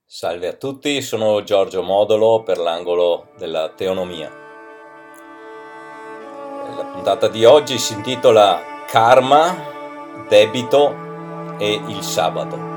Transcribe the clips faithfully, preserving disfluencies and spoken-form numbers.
Salve a tutti, sono Giorgio Modolo per l'angolo della teonomia. La puntata di oggi si intitola Karma, debito e il sabato.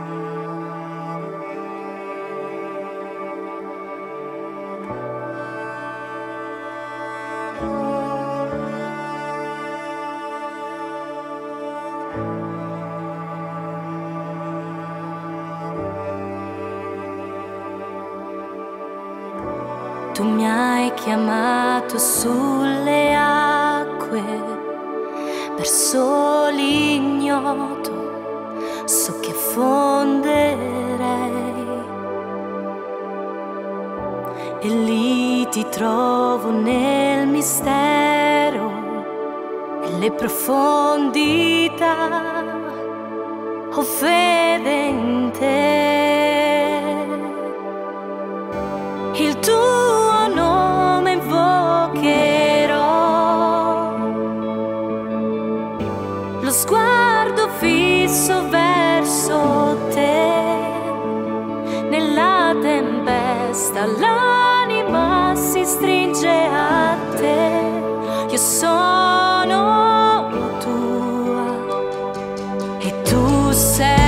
Tu mi hai chiamato sulle acque verso l'ignoto, so che affonderei e lì ti trovo nel mistero, nelle profondità, ho fede in te. Il tuo nome invocherò, lo sguardo fisso verso te. Nella tempesta l'anima si stringe a te. Io sono tua e tu sei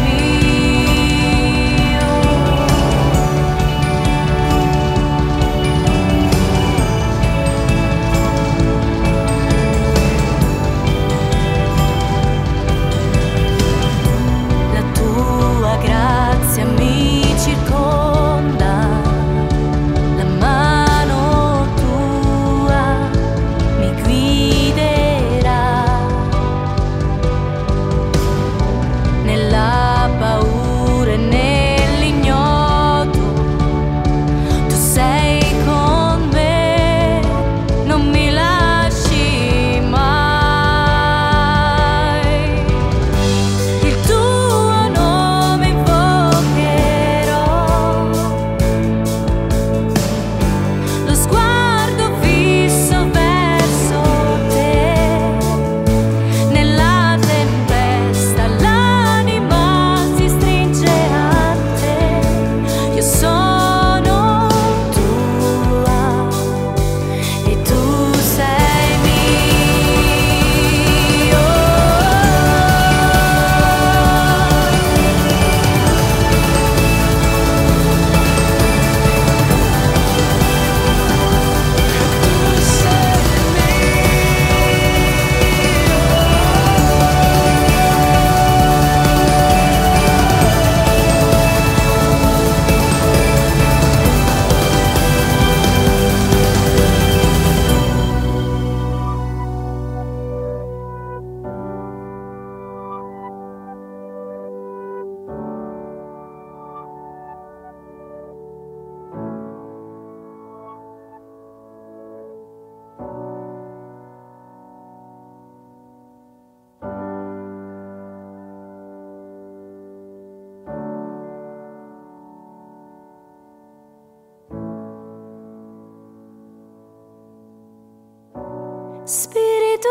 Spirito,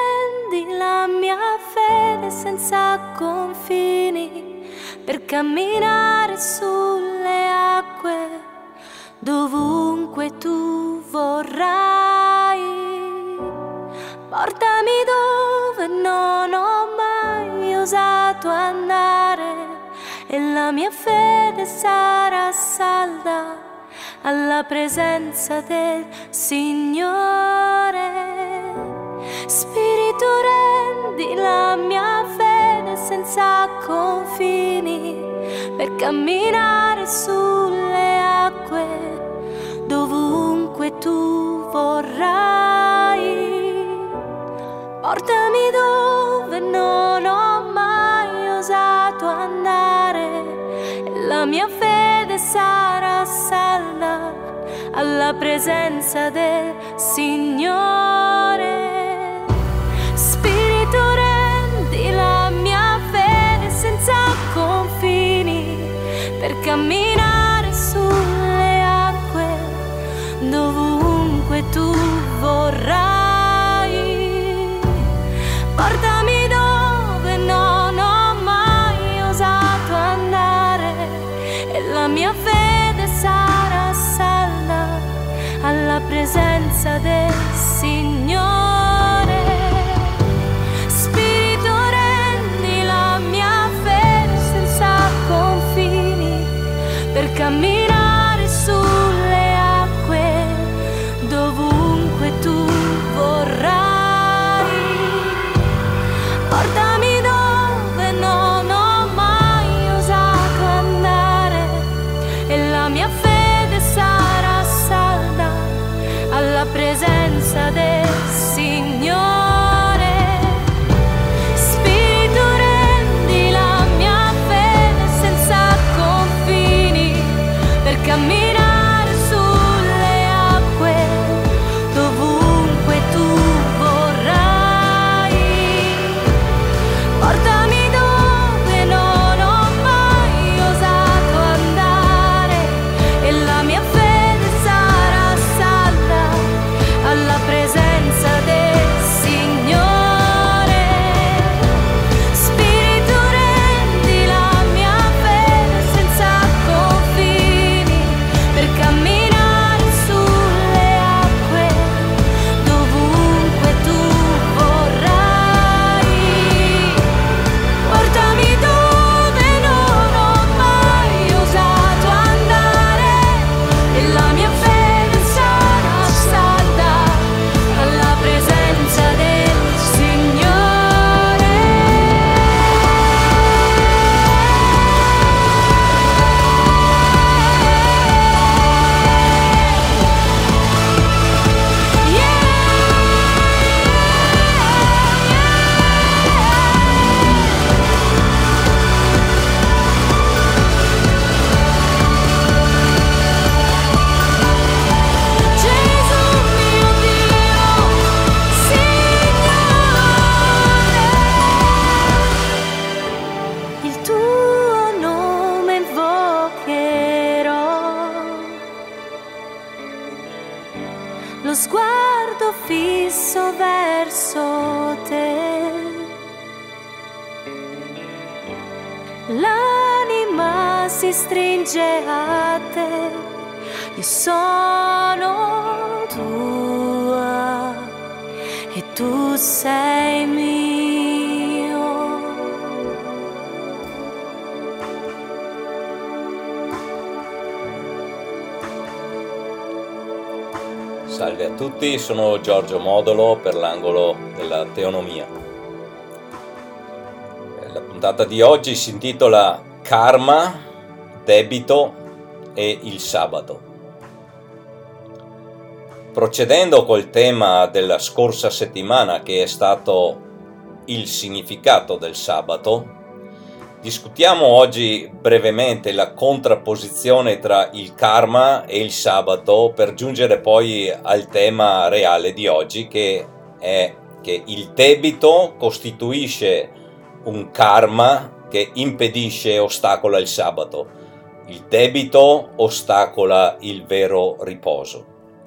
rendi la mia fede senza confini per camminare sulle acque dovunque tu vorrai. Portami dove non ho mai osato andare e la mia fede sarà salda alla presenza del Signore. Spirito, rendi la mia fede senza confini per camminare sulle acque dovunque tu vorrai. Portami dove non ho mai osato andare e la mia fede sarà salda alla presenza del Signore. Spirito, rendi la mia fede senza confini per camminare sulle acque dovunque tu vorrai. Portami dove non ho mai osato andare e la mia fede sarà salda alla presenza del Signore. Spirito, rendi la mia fede senza confini per camminare sulle acque dovunque tu vorrai. Portami dove non ho mai osato andare e la mia fede sarà salda alla presenza del Signore. Spirito, rendi la mia fede senza confini per camminare sulle acque dovunque tu vorrai. Portami dove non ho mai osato andare e la mia fede sarà salda alla presenza del Signore. Spirito, rendi la mia fede senza confini per camminare sulle acque dovunque tu vorrai. Portami dove non ho mai osato andare e la mia fede sarà salda alla presenza del Signore. Gesù mio Dio, Signore, il tuo nome invocherò, lo sguardo fisso verso te, l'anima si stringe a te, io sono tua e tu sei mio. Salve a tutti, sono Giorgio Modolo per l'angolo della teonomia. La puntata di oggi si intitola Karma, debito e il sabato. Procedendo col tema della scorsa settimana, che è stato il significato del sabato, discutiamo oggi brevemente la contrapposizione tra il karma e il sabato per giungere poi al tema reale di oggi, che è che il debito costituisce un karma che impedisce e ostacola il sabato. Il debito ostacola il vero riposo.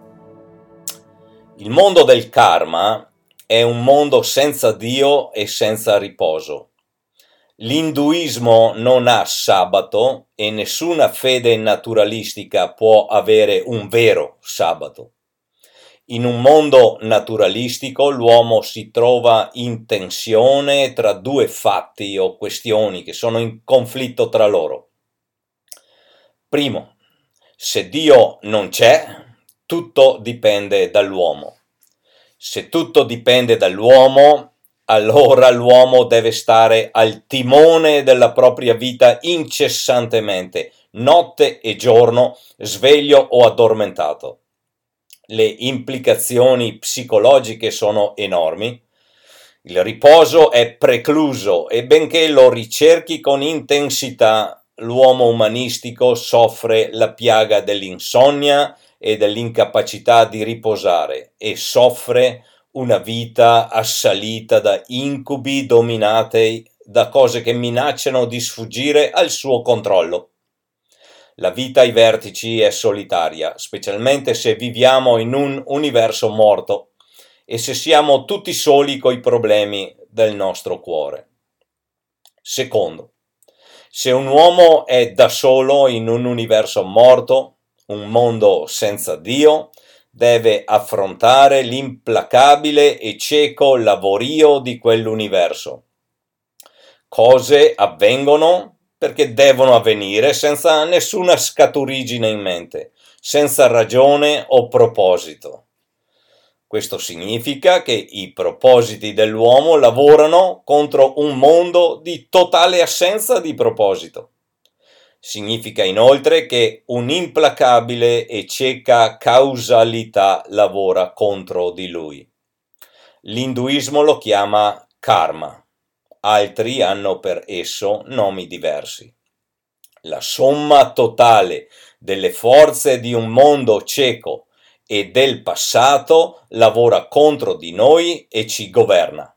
Il mondo del karma è un mondo senza Dio e senza riposo. L'induismo non ha sabato e nessuna fede naturalistica può avere un vero sabato. In un mondo naturalistico l'uomo si trova in tensione tra due fatti o questioni che sono in conflitto tra loro. Primo, se Dio non c'è, tutto dipende dall'uomo. Se tutto dipende dall'uomo, allora l'uomo deve stare al timone della propria vita incessantemente, notte e giorno, sveglio o addormentato. Le implicazioni psicologiche sono enormi. Il riposo è precluso e benché lo ricerchi con intensità, l'uomo umanistico soffre la piaga dell'insonnia e dell'incapacità di riposare e soffre una vita assalita da incubi dominate da cose che minacciano di sfuggire al suo controllo. La vita ai vertici è solitaria, specialmente se viviamo in un universo morto e se siamo tutti soli coi problemi del nostro cuore. Secondo, Se un uomo è da solo in un universo morto, un mondo senza Dio, deve affrontare l'implacabile e cieco lavorio di quell'universo. Cose avvengono perché devono avvenire senza nessuna scaturigine in mente, senza ragione o proposito. Questo significa che i propositi dell'uomo lavorano contro un mondo di totale assenza di proposito. Significa inoltre che un'implacabile e cieca causalità lavora contro di lui. L'induismo lo chiama karma, altri hanno per esso nomi diversi. La somma totale delle forze di un mondo cieco e del passato lavora contro di noi e ci governa.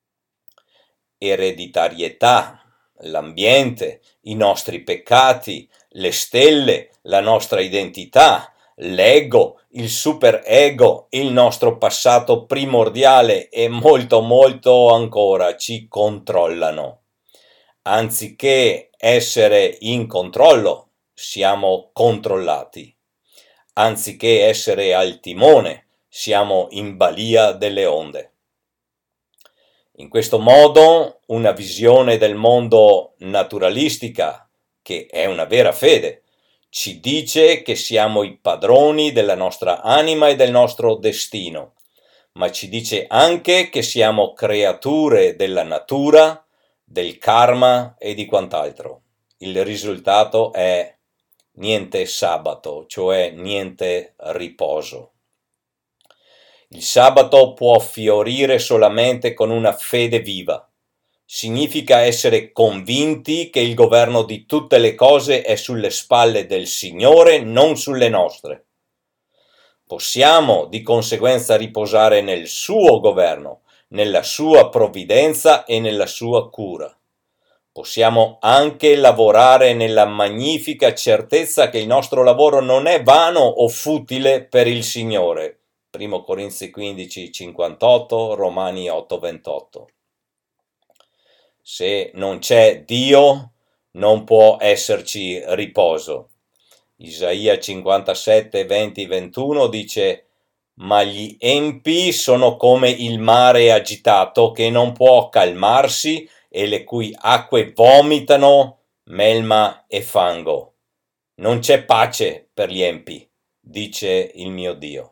Ereditarietà, l'ambiente, i nostri peccati, le stelle, la nostra identità, l'ego, il superego, il nostro passato primordiale e molto molto ancora ci controllano. Anziché essere in controllo, siamo controllati. Anziché essere al timone, siamo in balia delle onde. In questo modo, una visione del mondo naturalistica, che è una vera fede, ci dice che siamo i padroni della nostra anima e del nostro destino, ma ci dice anche che siamo creature della natura, del karma e di quant'altro. Il risultato è niente sabato, cioè niente riposo. Il sabato può fiorire solamente con una fede viva. Significa essere convinti che il governo di tutte le cose è sulle spalle del Signore, non sulle nostre. Possiamo di conseguenza riposare nel suo governo, nella sua provvidenza e nella sua cura. Possiamo anche lavorare nella magnifica certezza che il nostro lavoro non è vano o futile per il Signore. Primo Corinzi quindici cinquantotto, Romani otto ventotto. Se non c'è Dio, non può esserci riposo. Isaia cinquantasette, venti, ventuno dice: ma gli empi sono come il mare agitato che non può calmarsi e le cui acque vomitano melma e fango. Non c'è pace per gli empi, dice il mio Dio.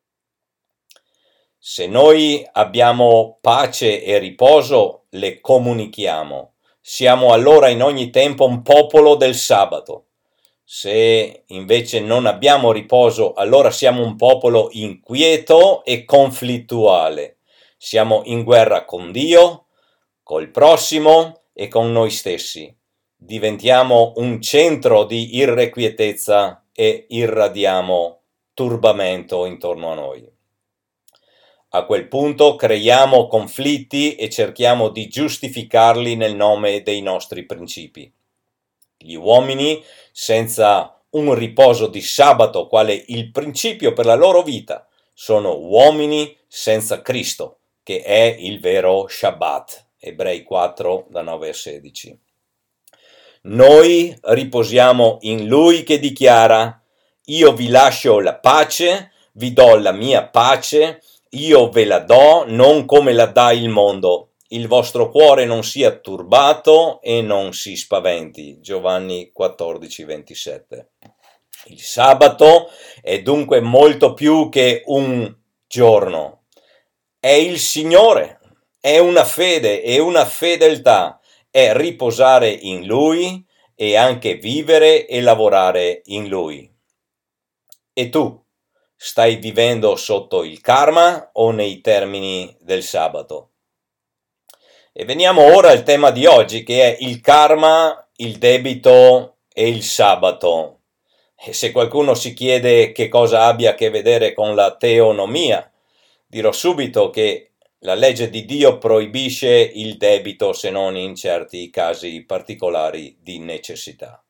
Se noi abbiamo pace e riposo, le comunichiamo. Siamo allora in ogni tempo un popolo del sabato. Se invece non abbiamo riposo, allora siamo un popolo inquieto e conflittuale. Siamo in guerra con Dio, col prossimo e con noi stessi. Diventiamo un centro di irrequietezza e irradiamo turbamento intorno a noi. A quel punto creiamo conflitti e cerchiamo di giustificarli nel nome dei nostri principi. Gli uomini senza un riposo di sabato, quale il principio per la loro vita, sono uomini senza Cristo, che è il vero Shabbat. Ebrei quattro, da nove a sedici. Noi riposiamo in Lui che dichiara: io vi lascio la pace, vi do la mia pace, io ve la do, non come la dà il mondo. Il vostro cuore non sia turbato e non si spaventi. Giovanni quattordici, ventisette. Il sabato è dunque molto più che un giorno. È il Signore, è una fede e una fedeltà, è riposare in Lui e anche vivere e lavorare in Lui. E tu? Stai vivendo sotto il karma o nei termini del sabato? E veniamo ora al tema di oggi, che è il karma, il debito e il sabato. E se qualcuno si chiede che cosa abbia a che vedere con la teonomia, dirò subito che la legge di Dio proibisce il debito se non in certi casi particolari di necessità.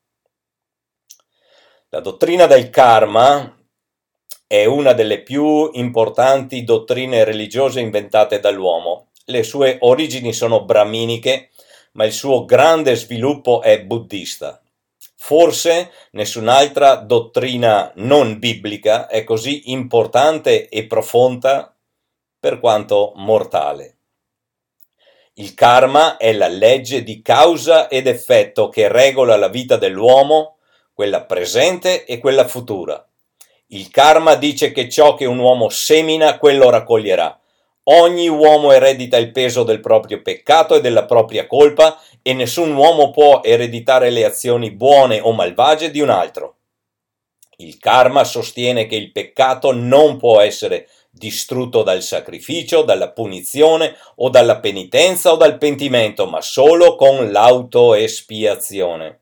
La dottrina del karma è una delle più importanti dottrine religiose inventate dall'uomo. Le sue origini sono brahminiche, ma il suo grande sviluppo è buddista. Forse nessun'altra dottrina non biblica è così importante e profonda per quanto mortale. Il karma è la legge di causa ed effetto che regola la vita dell'uomo, quella presente e quella futura. Il karma dice che ciò che un uomo semina, quello raccoglierà. Ogni uomo eredita il peso del proprio peccato e della propria colpa e nessun uomo può ereditare le azioni buone o malvagie di un altro. Il karma sostiene che il peccato non può essere distrutto dal sacrificio, dalla punizione o dalla penitenza o dal pentimento, ma solo con l'autoespiazione.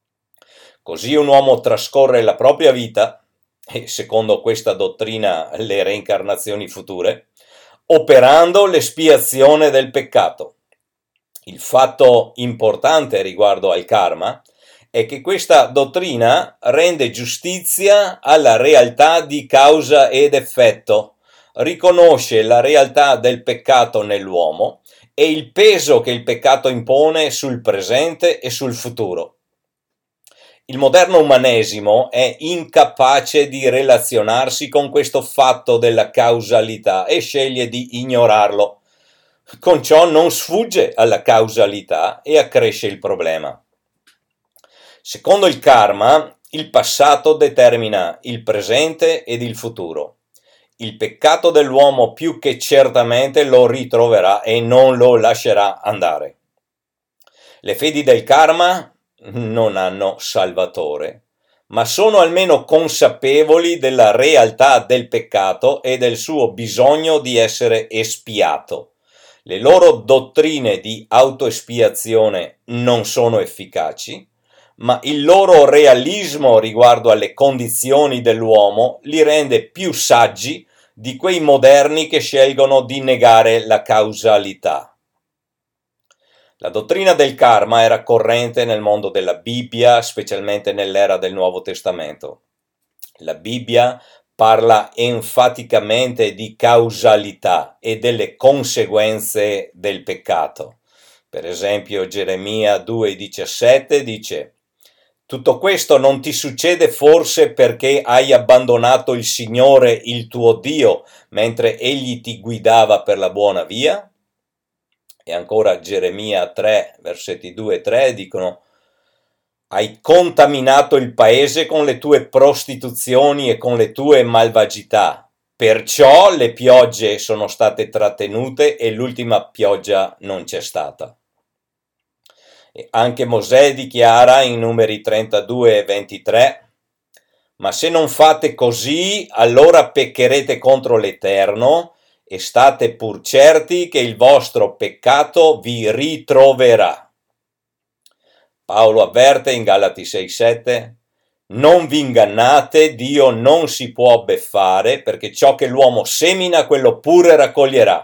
Così un uomo trascorre la propria vita, e secondo questa dottrina le reincarnazioni future, operando l'espiazione del peccato. Il fatto importante riguardo al karma è che questa dottrina rende giustizia alla realtà di causa ed effetto, riconosce la realtà del peccato nell'uomo e il peso che il peccato impone sul presente e sul futuro. Il moderno umanesimo è incapace di relazionarsi con questo fatto della causalità e sceglie di ignorarlo. Con ciò non sfugge alla causalità e accresce il problema. Secondo il karma, il passato determina il presente ed il futuro. Il peccato dell'uomo più che certamente lo ritroverà e non lo lascerà andare. Le fedi del karma non hanno salvatore, ma sono almeno consapevoli della realtà del peccato e del suo bisogno di essere espiato. Le loro dottrine di autoespiazione non sono efficaci, ma il loro realismo riguardo alle condizioni dell'uomo li rende più saggi di quei moderni che scelgono di negare la causalità. La dottrina del karma era corrente nel mondo della Bibbia, specialmente nell'era del Nuovo Testamento. La Bibbia parla enfaticamente di causalità e delle conseguenze del peccato. Per esempio, Geremia due diciassette dice: «Tutto questo non ti succede forse perché hai abbandonato il Signore, il tuo Dio, mentre Egli ti guidava per la buona via?» E ancora Geremia tre, versetti due e tre dicono: «Hai contaminato il paese con le tue prostituzioni e con le tue malvagità, perciò le piogge sono state trattenute e l'ultima pioggia non c'è stata». E anche Mosè dichiara in Numeri trentadue e ventitré: «Ma se non fate così, allora peccherete contro l'Eterno, e state pur certi che il vostro peccato vi ritroverà». Paolo avverte in Galati sei sette: «Non vi ingannate, Dio non si può beffare, perché ciò che l'uomo semina, quello pure raccoglierà».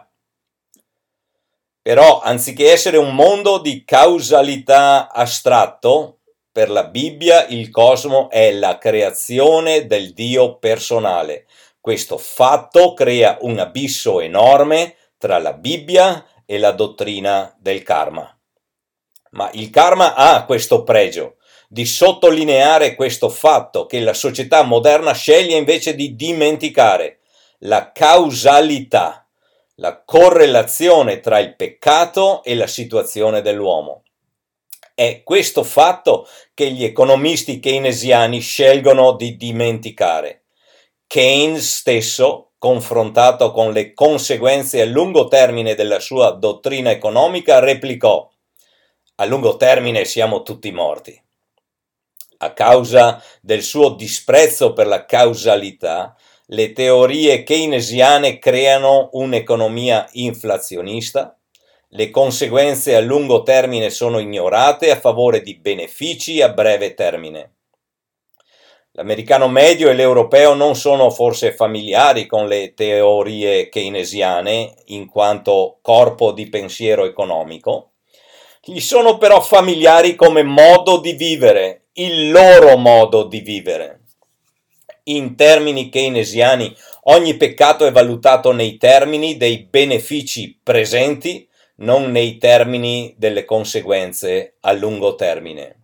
Però, anziché essere un mondo di causalità astratto, per la Bibbia il cosmo è la creazione del Dio personale. Questo fatto crea un abisso enorme tra la Bibbia e la dottrina del karma. Ma il karma ha questo pregio di sottolineare questo fatto che la società moderna sceglie invece di dimenticare: la causalità, la correlazione tra il peccato e la situazione dell'uomo. È questo fatto che gli economisti keynesiani scelgono di dimenticare. Keynes stesso, confrontato con le conseguenze a lungo termine della sua dottrina economica, replicò: «A lungo termine siamo tutti morti». A causa del suo disprezzo per la causalità, le teorie keynesiane creano un'economia inflazionista, le conseguenze a lungo termine sono ignorate a favore di benefici a breve termine. L'americano medio e l'europeo non sono forse familiari con le teorie keynesiane in quanto corpo di pensiero economico, gli sono però familiari come modo di vivere, il loro modo di vivere. In termini keynesiani, ogni peccato è valutato nei termini dei benefici presenti non nei termini delle conseguenze a lungo termine.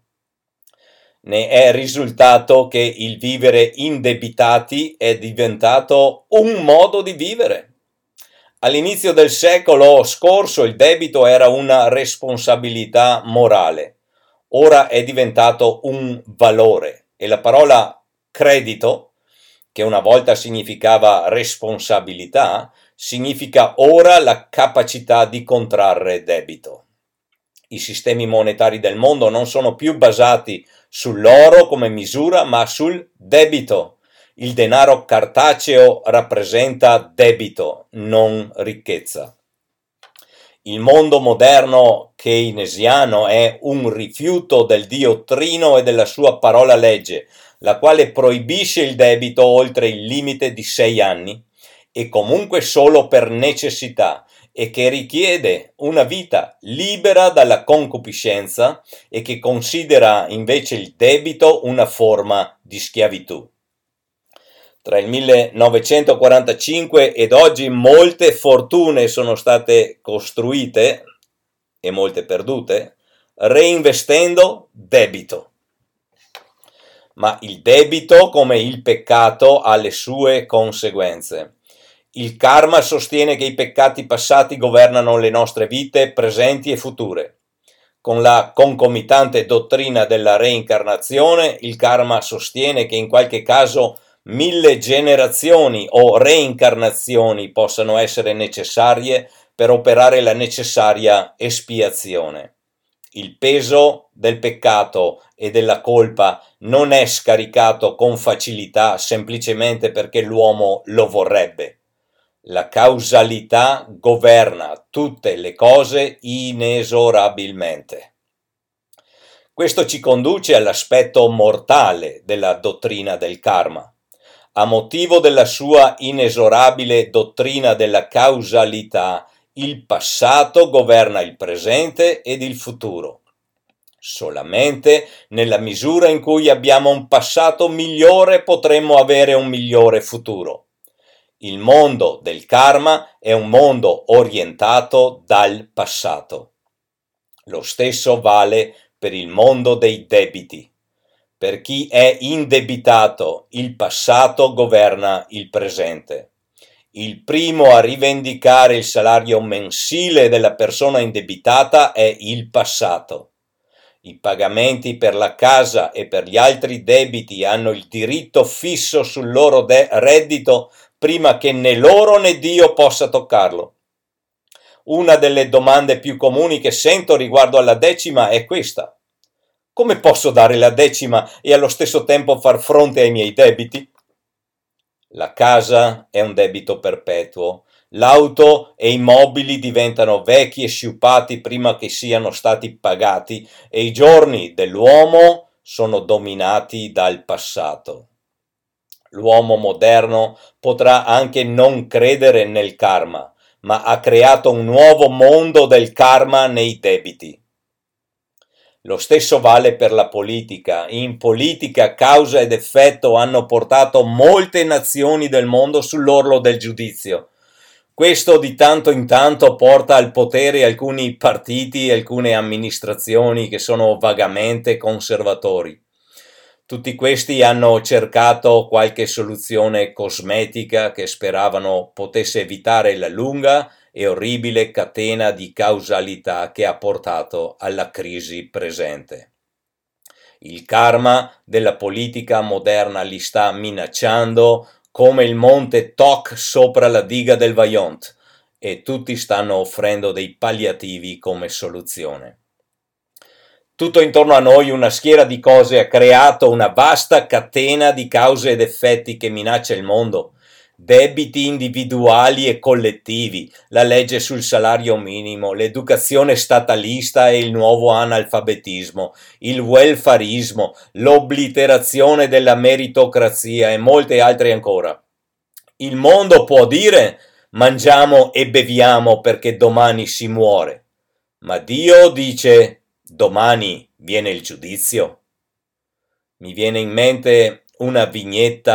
Ne è risultato che il vivere indebitati è diventato un modo di vivere. All'inizio del secolo scorso il debito era una responsabilità morale, ora è diventato un valore e la parola credito, che una volta significava responsabilità, significa ora la capacità di contrarre debito. I sistemi monetari del mondo non sono più basati sull'oro come misura, ma sul debito. Il denaro cartaceo rappresenta debito, non ricchezza. Il mondo moderno keynesiano è un rifiuto del Dio Trino e della sua parola legge, la quale proibisce il debito oltre il limite di sei anni e comunque solo per necessità, e che richiede una vita libera dalla concupiscenza e che considera invece il debito una forma di schiavitù. Tra il millenovecentoquarantacinque ed oggi molte fortune sono state costruite e molte perdute reinvestendo debito. Ma il debito, come il peccato, ha le sue conseguenze. Il karma sostiene che i peccati passati governano le nostre vite presenti e future. Con la concomitante dottrina della reincarnazione, il karma sostiene che in qualche caso mille generazioni o reincarnazioni possano essere necessarie per operare la necessaria espiazione. Il peso del peccato e della colpa non è scaricato con facilità semplicemente perché l'uomo lo vorrebbe. La causalità governa tutte le cose inesorabilmente. Questo ci conduce all'aspetto mortale della dottrina del karma. A motivo della sua inesorabile dottrina della causalità, il passato governa il presente ed il futuro. Solamente nella misura in cui abbiamo un passato migliore potremo avere un migliore futuro. Il mondo del karma è un mondo orientato dal passato. Lo stesso vale per il mondo dei debiti. Per chi è indebitato, il passato governa il presente. Il primo a rivendicare il salario mensile della persona indebitata è il passato. I pagamenti per la casa e per gli altri debiti hanno il diritto fisso sul loro de- reddito prima che né loro né Dio possa toccarlo. Una delle domande più comuni che sento riguardo alla decima è questa: come posso dare la decima e allo stesso tempo far fronte ai miei debiti? La casa è un debito perpetuo, l'auto e i mobili diventano vecchi e sciupati prima che siano stati pagati e i giorni dell'uomo sono dominati dal passato. L'uomo moderno potrà anche non credere nel karma, ma ha creato un nuovo mondo del karma nei debiti. Lo stesso vale per la politica. In politica causa ed effetto hanno portato molte nazioni del mondo sull'orlo del giudizio. Questo di tanto in tanto porta al potere alcuni partiti e alcune amministrazioni che sono vagamente conservatori. Tutti questi hanno cercato qualche soluzione cosmetica che speravano potesse evitare la lunga e orribile catena di causalità che ha portato alla crisi presente. Il karma della politica moderna li sta minacciando come il monte Toc sopra la diga del Vajont e tutti stanno offrendo dei palliativi come soluzione. Tutto intorno a noi una schiera di cose ha creato una vasta catena di cause ed effetti che minaccia il mondo. Debiti individuali e collettivi, la legge sul salario minimo, l'educazione statalista e il nuovo analfabetismo, il welfarismo, l'obliterazione della meritocrazia e molte altre ancora. Il mondo può dire: mangiamo e beviamo perché domani si muore, ma Dio dice: domani viene il giudizio. Mi viene in mente una vignetta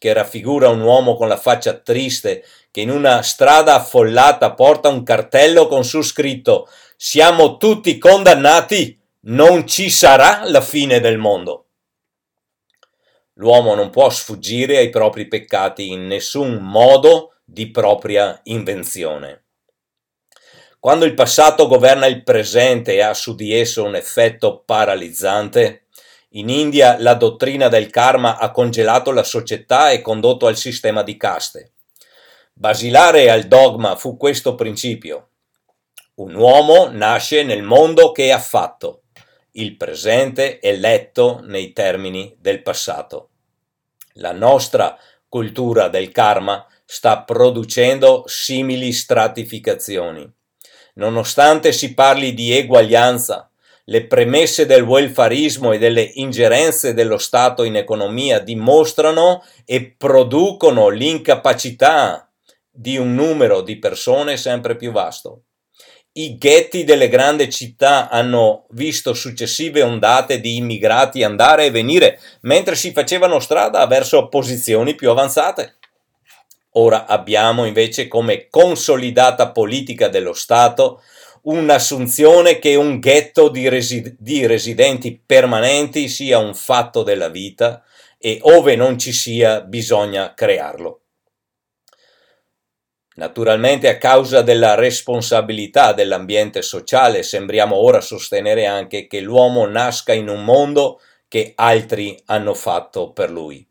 che raffigura un uomo con la faccia triste che in una strada affollata porta un cartello con su scritto «Siamo tutti condannati, non ci sarà la fine del mondo». L'uomo non può sfuggire ai propri peccati in nessun modo di propria invenzione. Quando il passato governa il presente e ha su di esso un effetto paralizzante, in India la dottrina del karma ha congelato la società e condotto al sistema di caste. Basilare al dogma fu questo principio. Un uomo nasce nel mondo che ha fatto, il presente è letto nei termini del passato. La nostra cultura del karma sta producendo simili stratificazioni. Nonostante si parli di eguaglianza, le premesse del welfarismo e delle ingerenze dello Stato in economia dimostrano e producono l'incapacità di un numero di persone sempre più vasto. I ghetti delle grandi città hanno visto successive ondate di immigrati andare e venire mentre si facevano strada verso posizioni più avanzate. Ora abbiamo invece come consolidata politica dello Stato un'assunzione che un ghetto di, resi- di residenti permanenti sia un fatto della vita e ove non ci sia bisogna crearlo. Naturalmente, a causa della responsabilità dell'ambiente sociale, sembriamo ora sostenere anche che l'uomo nasca in un mondo che altri hanno fatto per lui.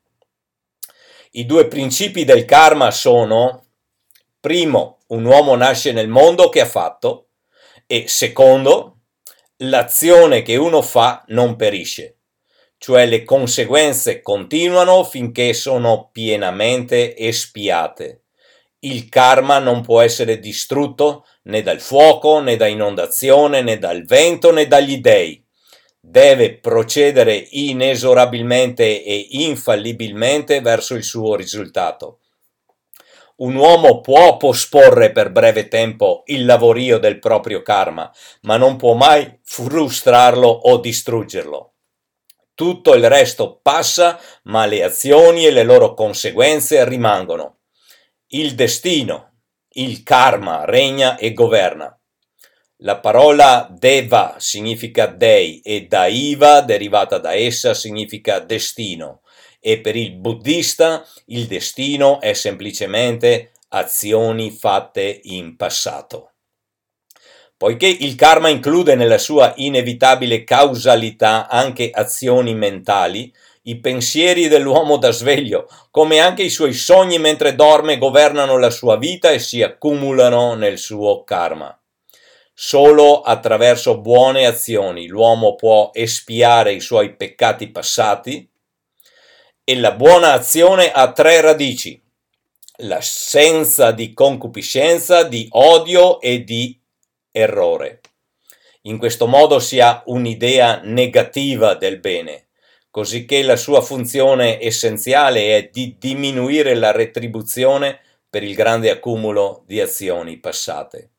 I due principi del karma sono: primo, un uomo nasce nel mondo che ha fatto, e secondo, l'azione che uno fa non perisce, cioè le conseguenze continuano finché sono pienamente espiate. Il karma non può essere distrutto né dal fuoco, né da inondazione, né dal vento, né dagli dèi. Deve procedere inesorabilmente e infallibilmente verso il suo risultato. Un uomo può posporre per breve tempo il lavorio del proprio karma, ma non può mai frustrarlo o distruggerlo. Tutto il resto passa, ma le azioni e le loro conseguenze rimangono. Il destino, il karma, regna e governa. La parola deva significa dei e daiva, derivata da essa, significa destino, e per il buddista il destino è semplicemente azioni fatte in passato. Poiché il karma include nella sua inevitabile causalità anche azioni mentali, i pensieri dell'uomo da sveglio, come anche i suoi sogni mentre dorme, governano la sua vita e si accumulano nel suo karma. Solo attraverso buone azioni l'uomo può espiare i suoi peccati passati, e la buona azione ha tre radici: l'assenza di concupiscenza, di odio e di errore. In questo modo si ha un'idea negativa del bene, cosicché la sua funzione essenziale è di diminuire la retribuzione per il grande accumulo di azioni passate.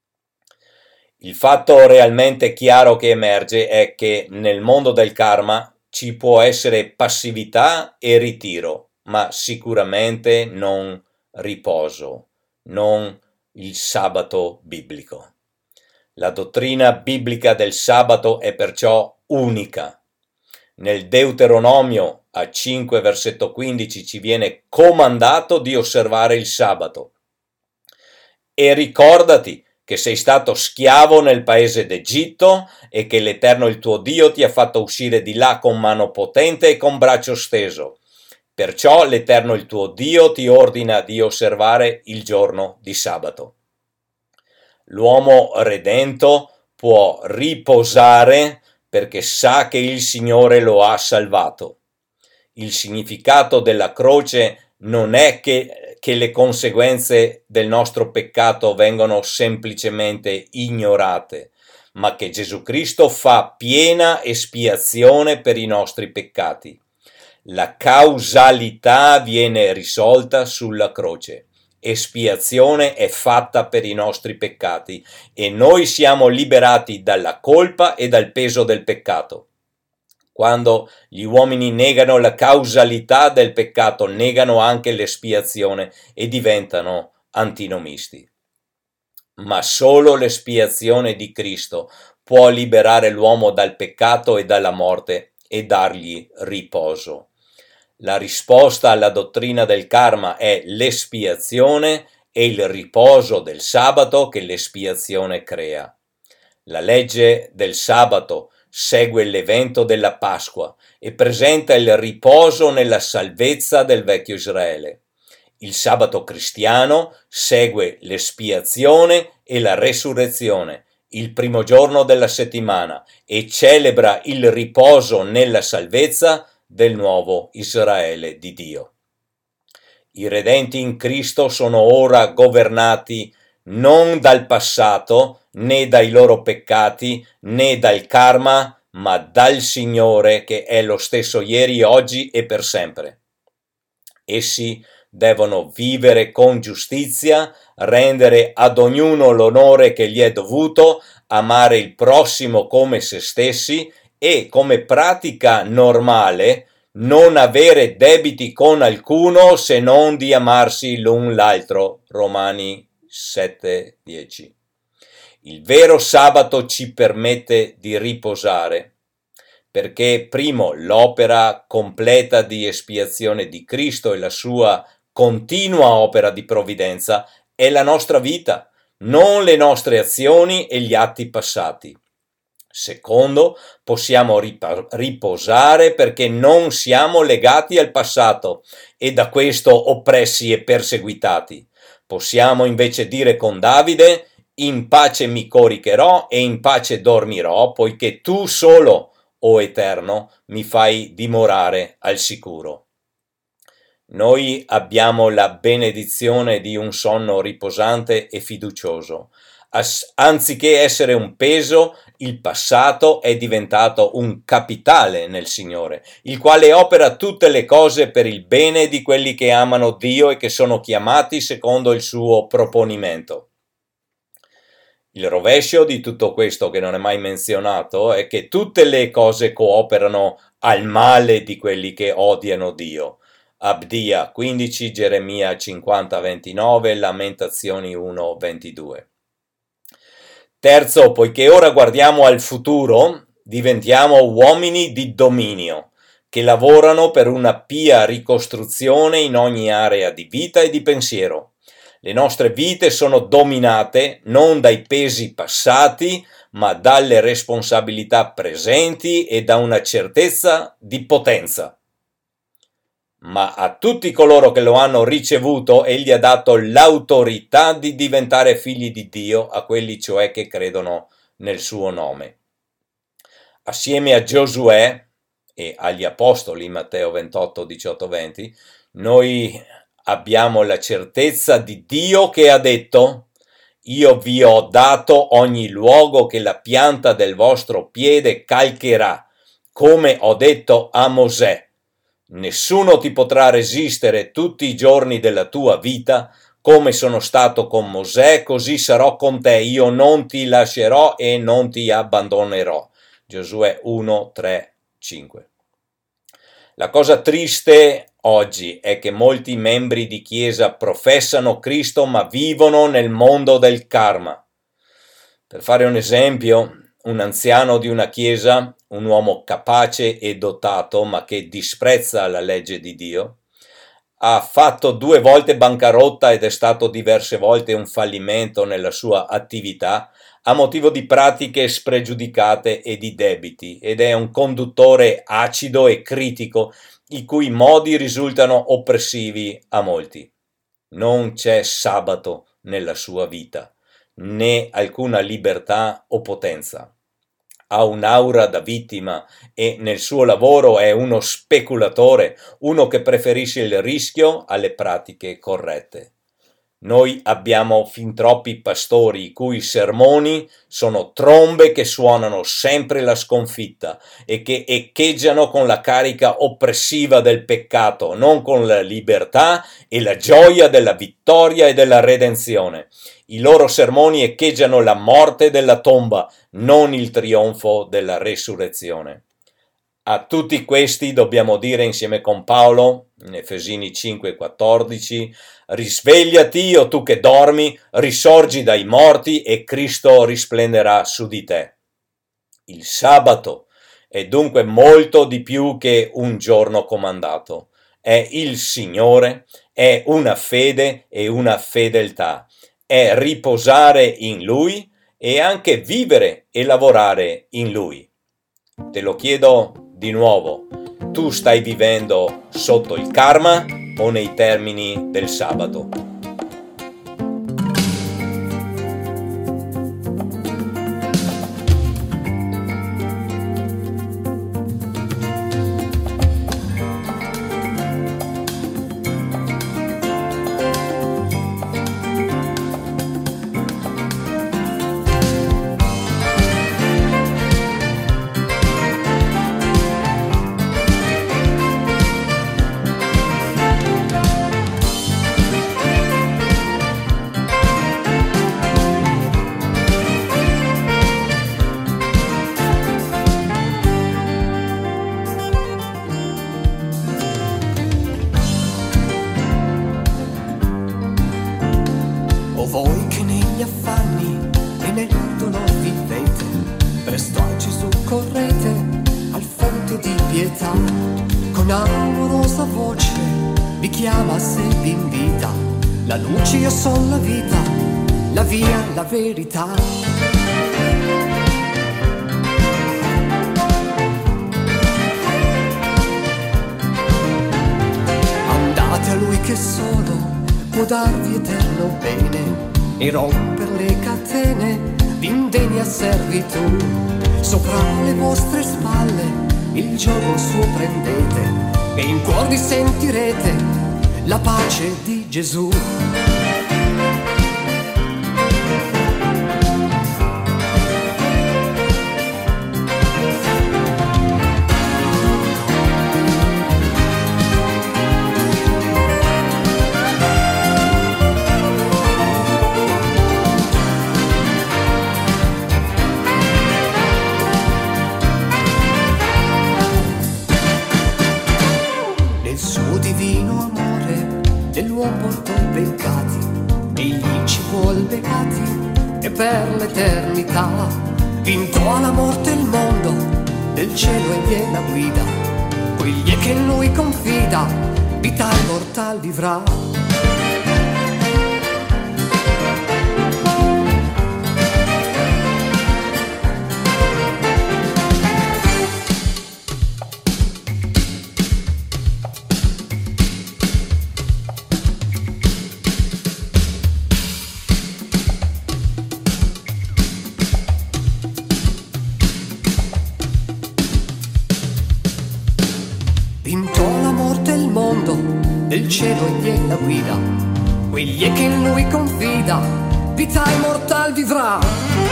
Il fatto realmente chiaro che emerge è che nel mondo del karma ci può essere passività e ritiro, ma sicuramente non riposo, non il sabato biblico. La dottrina biblica del sabato è perciò unica. Nel Deuteronomio a cinque versetto quindici ci viene comandato di osservare il sabato. E ricordati che sei stato schiavo nel paese d'Egitto e che l'Eterno il tuo Dio ti ha fatto uscire di là con mano potente e con braccio steso. Perciò l'Eterno il tuo Dio ti ordina di osservare il giorno di sabato. L'uomo redento può riposare perché sa che il Signore lo ha salvato. Il significato della croce non è che, che le conseguenze del nostro peccato vengono semplicemente ignorate, ma che Gesù Cristo fa piena espiazione per i nostri peccati. La causalità viene risolta sulla croce. Espiazione è fatta per i nostri peccati e noi siamo liberati dalla colpa e dal peso del peccato. Quando gli uomini negano la causalità del peccato, negano anche l'espiazione e diventano antinomisti. Ma solo l'espiazione di Cristo può liberare l'uomo dal peccato e dalla morte e dargli riposo. La risposta alla dottrina del karma è l'espiazione e il riposo del sabato che l'espiazione crea. La legge del sabato segue l'evento della Pasqua e presenta il riposo nella salvezza del vecchio Israele. Il sabato cristiano segue l'espiazione e la resurrezione, il primo giorno della settimana, e celebra il riposo nella salvezza del nuovo Israele di Dio. I redenti in Cristo sono ora governati non dal passato, né dai loro peccati, né dal karma, ma dal Signore che è lo stesso ieri, oggi e per sempre. Essi devono vivere con giustizia, rendere ad ognuno l'onore che gli è dovuto, amare il prossimo come se stessi e, come pratica normale, non avere debiti con alcuno se non di amarsi l'un l'altro. Romani sette dieci. Il vero sabato ci permette di riposare, perché primo l'opera completa di espiazione di Cristo e la sua continua opera di provvidenza è la nostra vita, non le nostre azioni e gli atti passati. Secondo, possiamo riposare perché non siamo legati al passato e da questo oppressi e perseguitati. Possiamo invece dire con Davide: in pace mi coricherò e in pace dormirò, poiché tu solo, o Eterno, mi fai dimorare al sicuro. Noi abbiamo la benedizione di un sonno riposante e fiducioso. As- anziché essere un peso, il passato è diventato un capitale nel Signore, il quale opera tutte le cose per il bene di quelli che amano Dio e che sono chiamati secondo il suo proponimento. Il rovescio di tutto questo, che non è mai menzionato, è che tutte le cose cooperano al male di quelli che odiano Dio. Abdia quindici, Geremia cinquanta ventinove, Lamentazioni uno ventidue. Terzo, poiché ora guardiamo al futuro, diventiamo uomini di dominio, che lavorano per una pia ricostruzione in ogni area di vita e di pensiero. Le nostre vite sono dominate non dai pesi passati, ma dalle responsabilità presenti e da una certezza di potenza. Ma a tutti coloro che lo hanno ricevuto, egli ha dato l'autorità di diventare figli di Dio, a quelli cioè che credono nel suo nome. Assieme a Giosuè e agli apostoli, Matteo ventotto, diciotto, venti, noi abbiamo la certezza di Dio che ha detto: io vi ho dato ogni luogo che la pianta del vostro piede calcherà, come ho detto a Mosè. Nessuno ti potrà resistere tutti i giorni della tua vita, come sono stato con Mosè, così sarò con te, io non ti lascerò e non ti abbandonerò. Giosuè uno, tre, cinque. La cosa triste oggi è che molti membri di chiesa professano Cristo ma vivono nel mondo del karma. Per fare un esempio, un anziano di una chiesa, un uomo capace e dotato ma che disprezza la legge di Dio, ha fatto due volte bancarotta ed è stato diverse volte un fallimento nella sua attività a motivo di pratiche spregiudicate e di debiti, ed è un conduttore acido e critico i cui modi risultano oppressivi a molti. Non c'è sabato nella sua vita, né alcuna libertà o potenza. Ha un'aura da vittima e nel suo lavoro è uno speculatore, uno che preferisce il rischio alle pratiche corrette. Noi abbiamo fin troppi pastori i cui sermoni sono trombe che suonano sempre la sconfitta e che echeggiano con la carica oppressiva del peccato, non con la libertà e la gioia della vittoria e della redenzione. I loro sermoni echeggiano la morte della tomba, non il trionfo della resurrezione. A tutti questi dobbiamo dire insieme con Paolo, in Efesini cinque quattordici, risvegliati, o tu che dormi, risorgi dai morti e Cristo risplenderà su di te. Il sabato è dunque molto di più che un giorno comandato. È il Signore, è una fede e una fedeltà, è riposare in Lui e anche vivere e lavorare in Lui. Te lo chiedo di nuovo, tu stai vivendo sotto il karma o nei termini del sabato? Voi che negli affanni e nel dolore vivete, presto a Gesù correte, al fonte di pietà, con amorosa voce vi chiama se vi invita, la luce io son la vita, la via, la verità. Andate a Lui che solo può darvi eterno bene e romper le catene d'indegna servitù. Sopra le vostre spalle il giogo suo prendete e in cuor vi sentirete la pace di Gesù. Per l'eternità, vinto alla morte il mondo, del cielo e piena guida, quegli che in lui confida, vita immortal vivrà. Del cielo egli la guida, quegli che in lui confida, vita immortal vivrà.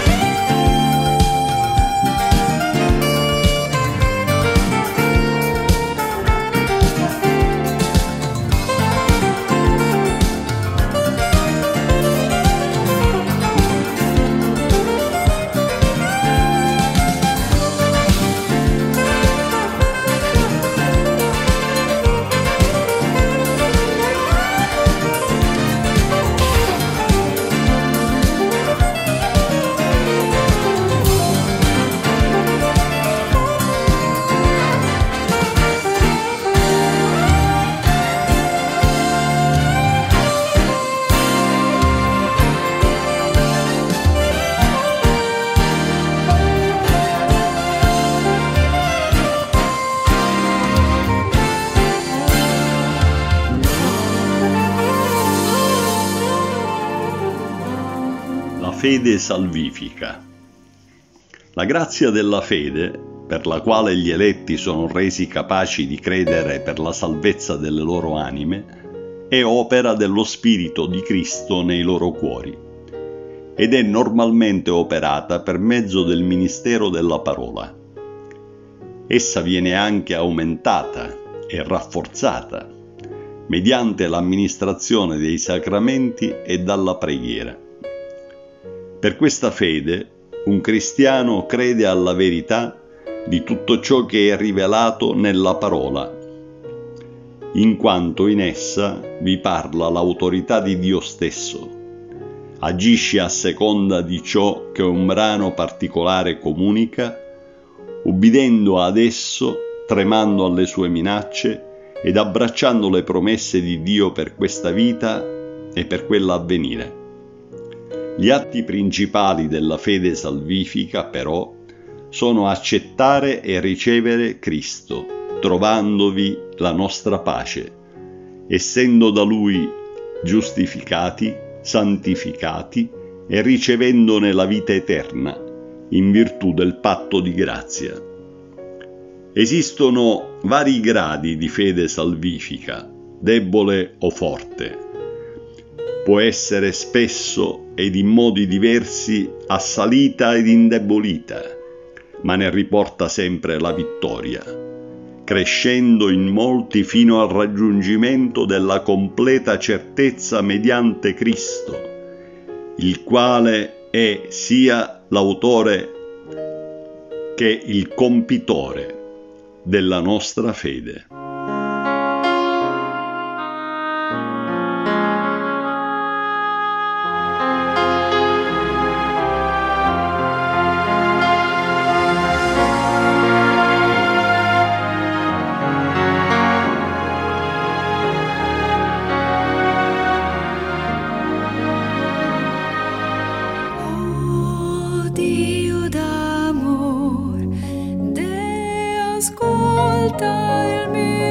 Fede salvifica. La grazia della fede, per la quale gli eletti sono resi capaci di credere per la salvezza delle loro anime, è opera dello Spirito di Cristo nei loro cuori ed è normalmente operata per mezzo del ministero della parola. Essa viene anche aumentata e rafforzata mediante l'amministrazione dei sacramenti e dalla preghiera. Per questa fede, un cristiano crede alla verità di tutto ciò che è rivelato nella parola, in quanto in essa vi parla l'autorità di Dio stesso. Agisce a seconda di ciò che un brano particolare comunica, ubbidendo ad esso, tremando alle sue minacce ed abbracciando le promesse di Dio per questa vita e per quella a venire. Gli atti principali della fede salvifica, però, sono accettare e ricevere Cristo, trovandovi la nostra pace, essendo da Lui giustificati, santificati e ricevendone la vita eterna, in virtù del patto di grazia. Esistono vari gradi di fede salvifica, debole o forte. Può essere spesso ed in modi diversi assalita ed indebolita, ma ne riporta sempre la vittoria, crescendo in molti fino al raggiungimento della completa certezza mediante Cristo, il quale è sia l'autore che il compitore della nostra fede. Ascolta il mio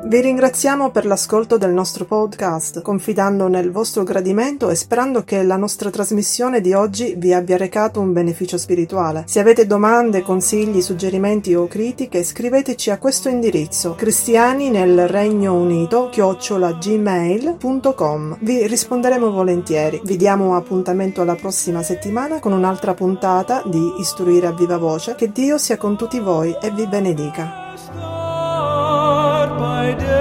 Vi ringraziamo per l'ascolto del nostro podcast, confidando nel vostro gradimento e sperando che la nostra trasmissione di oggi vi abbia recato un beneficio spirituale. Se avete domande, consigli, suggerimenti o critiche, scriveteci a questo indirizzo: cristiani nel Regno Unito chiocciola gmail punto com. Vi risponderemo volentieri. Vi diamo appuntamento alla prossima settimana con un'altra puntata di Istruire a Viva Voce. Che Dio sia con tutti voi e vi benedica. By day.